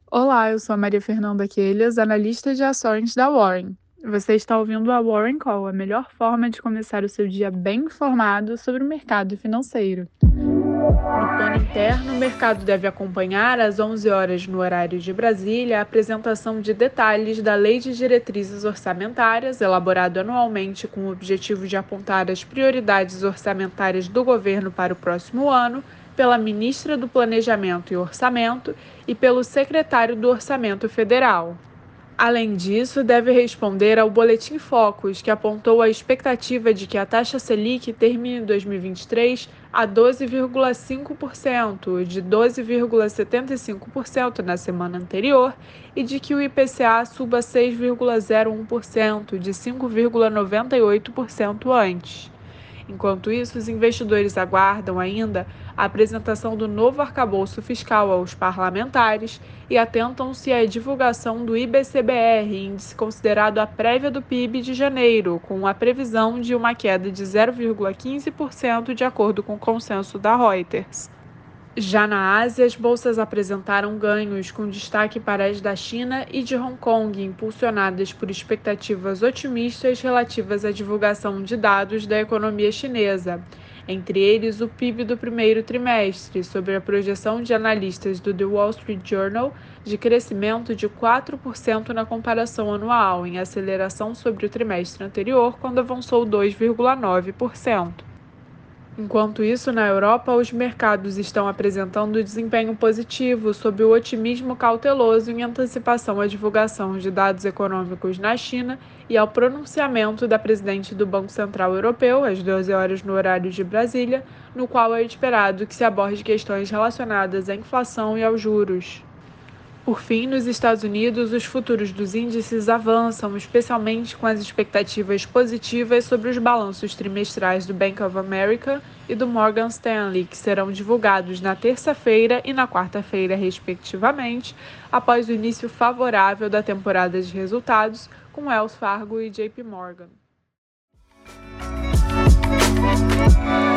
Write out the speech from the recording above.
Olá, eu sou a Maria Fernanda Quelhas, analista de ações da Warren. Você está ouvindo a Warren Call, a melhor forma de começar o seu dia bem informado sobre o mercado financeiro. No plano interno, o mercado deve acompanhar às 11 horas no horário de Brasília a apresentação de detalhes da Lei de Diretrizes Orçamentárias, elaborado anualmente com o objetivo de apontar as prioridades orçamentárias do governo para o próximo ano, pela ministra do Planejamento e Orçamento e pelo secretário do Orçamento Federal. Além disso, deve responder ao Boletim Focus, que apontou a expectativa de que a taxa Selic termine 2023 a 12,5%, de 12,75% na semana anterior, e de que o IPCA suba 6,01%, de 5,98% antes. Enquanto isso, os investidores aguardam ainda a apresentação do novo arcabouço fiscal aos parlamentares e atentam-se à divulgação do IBCBR, índice considerado a prévia do PIB de janeiro, com a previsão de uma queda de 0,15% de acordo com o consenso da Reuters. Já na Ásia, as bolsas apresentaram ganhos, com destaque para as da China e de Hong Kong, impulsionadas por expectativas otimistas relativas à divulgação de dados da economia chinesa, entre eles o PIB do primeiro trimestre, sob a projeção de analistas do The Wall Street Journal de crescimento de 4% na comparação anual, em aceleração sobre o trimestre anterior, quando avançou 2,9%. Enquanto isso, na Europa, os mercados estão apresentando desempenho positivo, sob o otimismo cauteloso em antecipação à divulgação de dados econômicos na China e ao pronunciamento da presidente do Banco Central Europeu, às 12 horas no horário de Brasília, no qual é esperado que se aborde questões relacionadas à inflação e aos juros. Por fim, nos Estados Unidos, os futuros dos índices avançam, especialmente com as expectativas positivas sobre os balanços trimestrais do Bank of America e do Morgan Stanley, que serão divulgados na terça-feira e na quarta-feira, respectivamente, após o início favorável da temporada de resultados com Wells Fargo e JP Morgan.